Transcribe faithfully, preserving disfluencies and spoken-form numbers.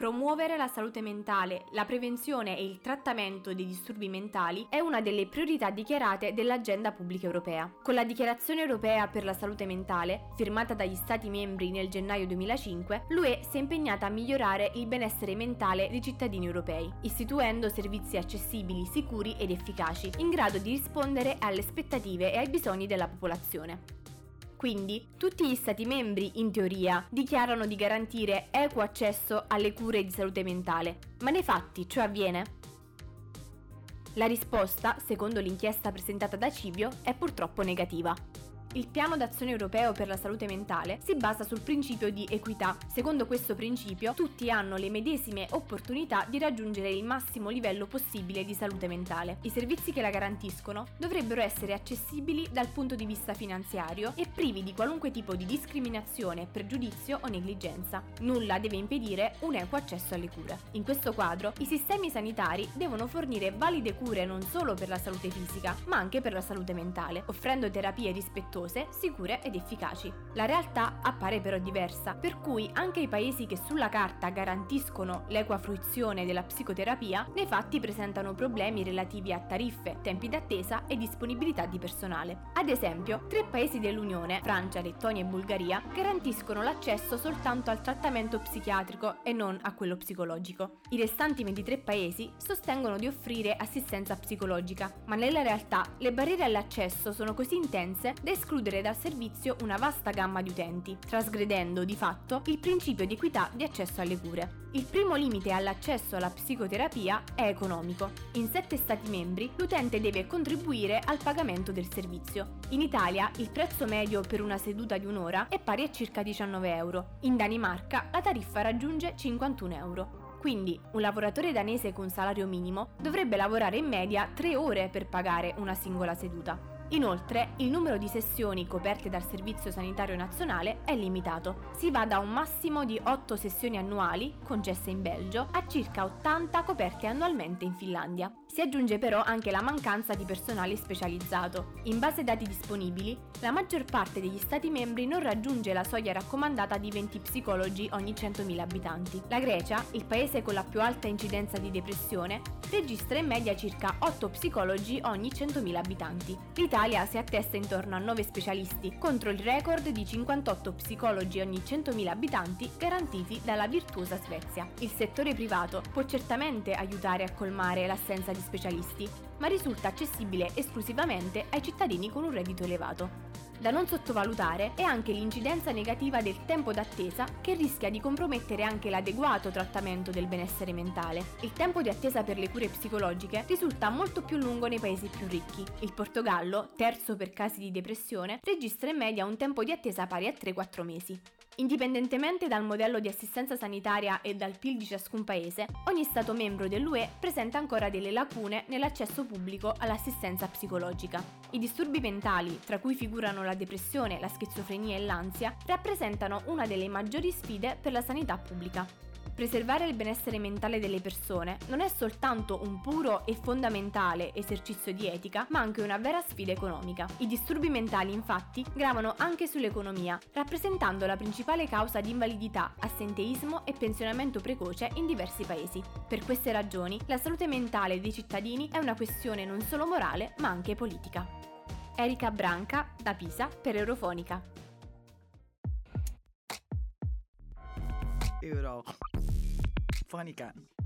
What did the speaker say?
promuovere la salute mentale, la prevenzione e il trattamento dei disturbi mentali è una delle priorità dichiarate dell'agenda pubblica europea. Con la Dichiarazione europea per la salute mentale, firmata dagli Stati membri nel gennaio duemilacinque, l'U E si è impegnata a migliorare il benessere mentale dei cittadini europei, istituendo servizi accessibili, sicuri ed efficaci, in grado di rispondere alle aspettative e ai bisogni della popolazione. Quindi, tutti gli Stati membri, in teoria, dichiarano di garantire equo accesso alle cure di salute mentale, ma nei fatti ciò avviene? La risposta, secondo l'inchiesta presentata da Civio, è purtroppo negativa. Il piano d'azione europeo per la salute mentale si basa sul principio di equità. Secondo questo principio, tutti hanno le medesime opportunità di raggiungere il massimo livello possibile di salute mentale. I servizi che la garantiscono dovrebbero essere accessibili dal punto di vista finanziario e privi di qualunque tipo di discriminazione, pregiudizio o negligenza. Nulla deve impedire un equo accesso alle cure. In questo quadro, i sistemi sanitari devono fornire valide cure non solo per la salute fisica, ma anche per la salute mentale, offrendo terapie rispettose, sicure ed efficaci. La realtà appare però diversa, per cui anche i paesi che sulla carta garantiscono l'equa fruizione della psicoterapia, nei fatti presentano problemi relativi a tariffe, tempi d'attesa e disponibilità di personale. Ad esempio, tre paesi dell'Unione, Francia, Lettonia e Bulgaria, garantiscono l'accesso soltanto al trattamento psichiatrico e non a quello psicologico. I restanti ventitré paesi sostengono di offrire assistenza psicologica, ma nella realtà le barriere all'accesso sono così intense da escludere dal servizio una vasta gamma di utenti, trasgredendo di fatto il principio di equità di accesso alle cure. Il primo limite all'accesso alla psicoterapia è economico. In sette Stati membri l'utente deve contribuire al pagamento del servizio. In Italia il prezzo medio per una seduta di un'ora è pari a circa diciannove euro. In Danimarca la tariffa raggiunge cinquantuno euro. Quindi un lavoratore danese con salario minimo dovrebbe lavorare in media tre ore per pagare una singola seduta. Inoltre, il numero di sessioni coperte dal Servizio Sanitario Nazionale è limitato. Si va da un massimo di otto sessioni annuali, concesse in Belgio, a circa ottanta coperte annualmente in Finlandia. Si aggiunge però anche la mancanza di personale specializzato. In base ai dati disponibili, la maggior parte degli Stati membri non raggiunge la soglia raccomandata di venti psicologi ogni centomila abitanti. La Grecia, il paese con la più alta incidenza di depressione, registra in media circa otto psicologi ogni centomila abitanti. L'Italia si attesta intorno a nove specialisti, contro il record di cinquantotto psicologi ogni centomila abitanti garantiti dalla virtuosa Svezia. Il settore privato può certamente aiutare a colmare l'assenza di specialisti, ma risulta accessibile esclusivamente ai cittadini con un reddito elevato. Da non sottovalutare è anche l'incidenza negativa del tempo d'attesa, che rischia di compromettere anche l'adeguato trattamento del benessere mentale. Il tempo di attesa per le cure psicologiche risulta molto più lungo nei paesi più ricchi. Il Portogallo, terzo per casi di depressione, registra in media un tempo di attesa pari a tre quattro mesi. Indipendentemente dal modello di assistenza sanitaria e dal P I L di ciascun paese, ogni Stato membro dell'U E presenta ancora delle lacune nell'accesso pubblico all'assistenza psicologica. I disturbi mentali, tra cui figurano la depressione, la schizofrenia e l'ansia, rappresentano una delle maggiori sfide per la sanità pubblica. Preservare il benessere mentale delle persone non è soltanto un puro e fondamentale esercizio di etica, ma anche una vera sfida economica. I disturbi mentali, infatti, gravano anche sull'economia, rappresentando la principale causa di invalidità, assenteismo e pensionamento precoce in diversi paesi. Per queste ragioni, la salute mentale dei cittadini è una questione non solo morale, ma anche politica. Erika Branca, da Pisa, per Eurofonica. Eurofonica.